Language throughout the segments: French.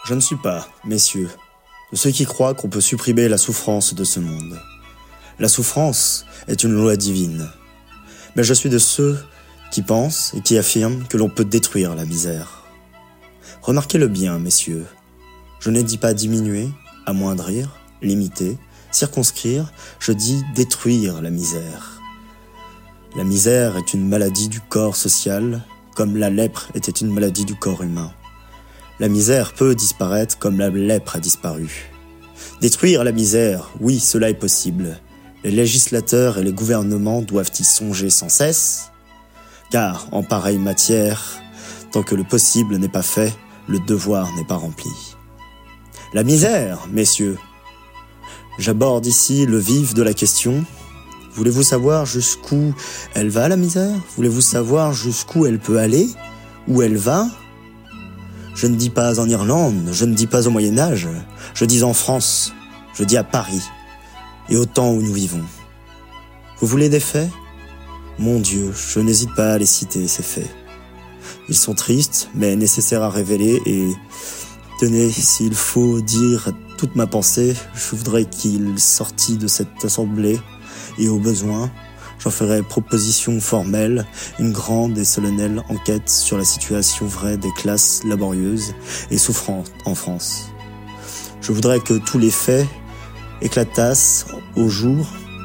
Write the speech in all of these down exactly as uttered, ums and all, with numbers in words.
Je ne suis pas, messieurs, de ceux qui croient qu'on peut supprimer la souffrance de ce monde. La souffrance est une loi divine. Mais je suis de ceux qui pensent et qui affirment que l'on peut détruire la misère. Remarquez-le bien, messieurs. Je ne dis pas diminuer, amoindrir, limiter, circonscrire, je dis détruire la misère. La misère est une maladie du corps social, comme la lèpre était une maladie du corps humain. La misère peut disparaître comme la lèpre a disparu. Détruire la misère, oui, cela est possible. Les législateurs et les gouvernements doivent y songer sans cesse, car en pareille matière, tant que le possible n'est pas fait, le devoir n'est pas rempli. La misère, messieurs. J'aborde ici le vif de la question. Voulez-vous savoir jusqu'où elle va, la misère ? Voulez-vous savoir jusqu'où elle peut aller ? Où elle va ? Je ne dis pas en Irlande, je ne dis pas au Moyen-Âge, je dis en France, je dis à Paris, et au temps où nous vivons. Vous voulez des faits ? Mon Dieu, je n'hésite pas à les citer, ces faits. Ils sont tristes, mais nécessaires à révéler, et tenez, s'il faut dire toute ma pensée, je voudrais qu'il sortît de cette assemblée, et au besoin, j'en ferai proposition formelle, une grande et solennelle enquête sur la situation vraie des classes laborieuses et souffrantes en France. Je voudrais que tous les faits éclatassent au jour.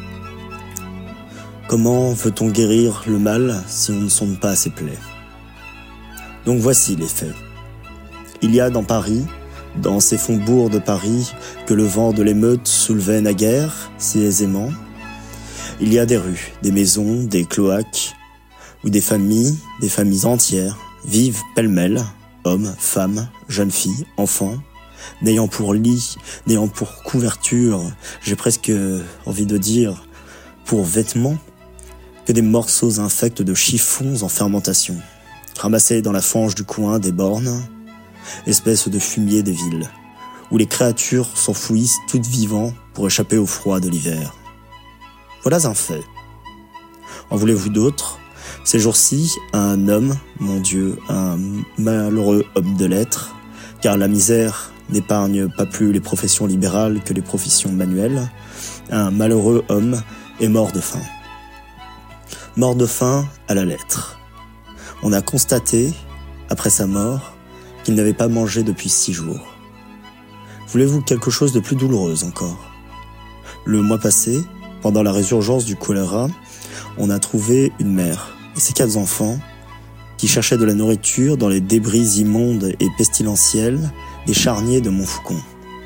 Comment veut-on guérir le mal si on ne sonde pas ses plaies ? Donc voici les faits. Il y a dans Paris, dans ces faubourgs de Paris, que le vent de l'émeute soulevait naguère si aisément, il y a des rues, des maisons, des cloaques, où des familles, des familles entières, vivent pêle-mêle, hommes, femmes, jeunes filles, enfants, n'ayant pour lit, n'ayant pour couverture, j'ai presque envie de dire, pour vêtements, que des morceaux infects de chiffons en fermentation, ramassés dans la fange du coin des bornes, espèce de fumier des villes, où les créatures s'enfouissent toutes vivantes pour échapper au froid de l'hiver. Voilà un fait. En voulez-vous d'autres ? Ces jours-ci, un homme, mon Dieu, un malheureux homme de lettres, car la misère n'épargne pas plus les professions libérales que les professions manuelles, un malheureux homme est mort de faim. Mort de faim à la lettre. On a constaté, après sa mort, qu'il n'avait pas mangé depuis six jours. Voulez-vous quelque chose de plus douloureux encore ? Le mois passé, pendant la résurgence du choléra, on a trouvé une mère et ses quatre enfants qui cherchaient de la nourriture dans les débris immondes et pestilentiels des charniers de Montfaucon.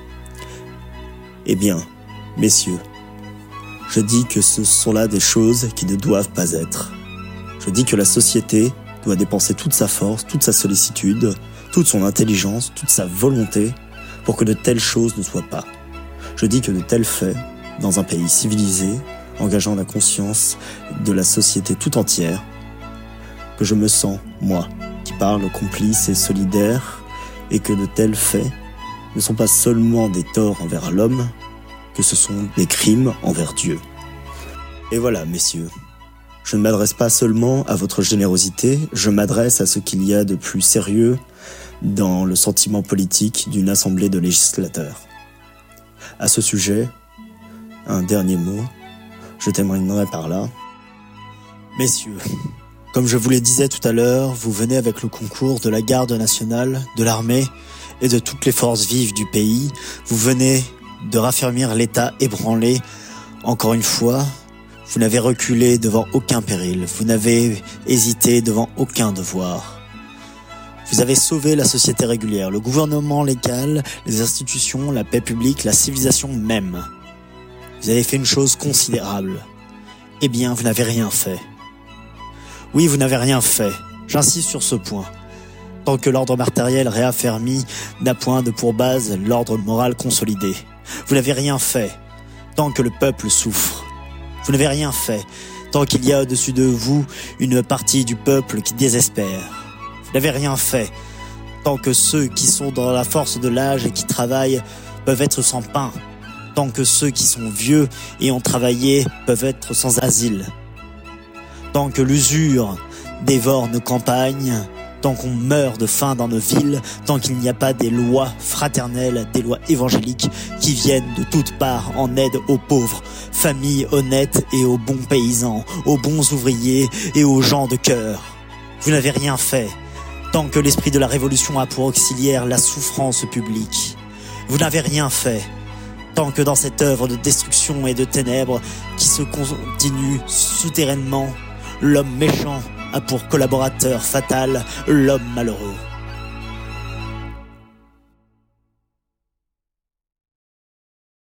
Eh bien, messieurs, je dis que ce sont là des choses qui ne doivent pas être. Je dis que la société doit dépenser toute sa force, toute sa sollicitude, toute son intelligence, toute sa volonté pour que de telles choses ne soient pas. Je dis que de tels faits, dans un pays civilisé, engageant la conscience de la société tout entière, que je me sens, moi, qui parle complice et solidaire, et que de tels faits ne sont pas seulement des torts envers l'homme, que ce sont des crimes envers Dieu. Et voilà, messieurs, je ne m'adresse pas seulement à votre générosité, je m'adresse à ce qu'il y a de plus sérieux dans le sentiment politique d'une assemblée de législateurs. À ce sujet, un dernier mot, je terminerai par là. Messieurs, comme je vous le disais tout à l'heure, vous venez avec le concours de la garde nationale, de l'armée et de toutes les forces vives du pays. Vous venez de raffermir l'État ébranlé. Encore une fois, vous n'avez reculé devant aucun péril. Vous n'avez hésité devant aucun devoir. Vous avez sauvé la société régulière, le gouvernement légal, les institutions, la paix publique, la civilisation même. Vous avez fait une chose considérable. Eh bien, vous n'avez rien fait. Oui, vous n'avez rien fait. J'insiste sur ce point. Tant que l'ordre matériel réaffermi n'a point de pour base l'ordre moral consolidé. Vous n'avez rien fait. Tant que le peuple souffre. Vous n'avez rien fait. Tant qu'il y a au-dessus de vous une partie du peuple qui désespère. Vous n'avez rien fait. Tant que ceux qui sont dans la force de l'âge et qui travaillent peuvent être sans pain. Tant que ceux qui sont vieux et ont travaillé peuvent être sans asile. Tant que l'usure dévore nos campagnes tant qu'on meurt de faim dans nos villes, tant qu'il n'y a pas des lois fraternelles, des lois évangéliques qui viennent de toutes parts en aide aux pauvres, familles honnêtes et aux bons paysans, aux bons ouvriers et aux gens de cœur. Vous n'avez rien fait, tant que l'esprit de la révolution a pour auxiliaire la souffrance publique. Vous n'avez rien fait, tant que dans cette œuvre de destruction et de ténèbres qui se continue souterrainement, l'homme méchant a pour collaborateur fatal l'homme malheureux.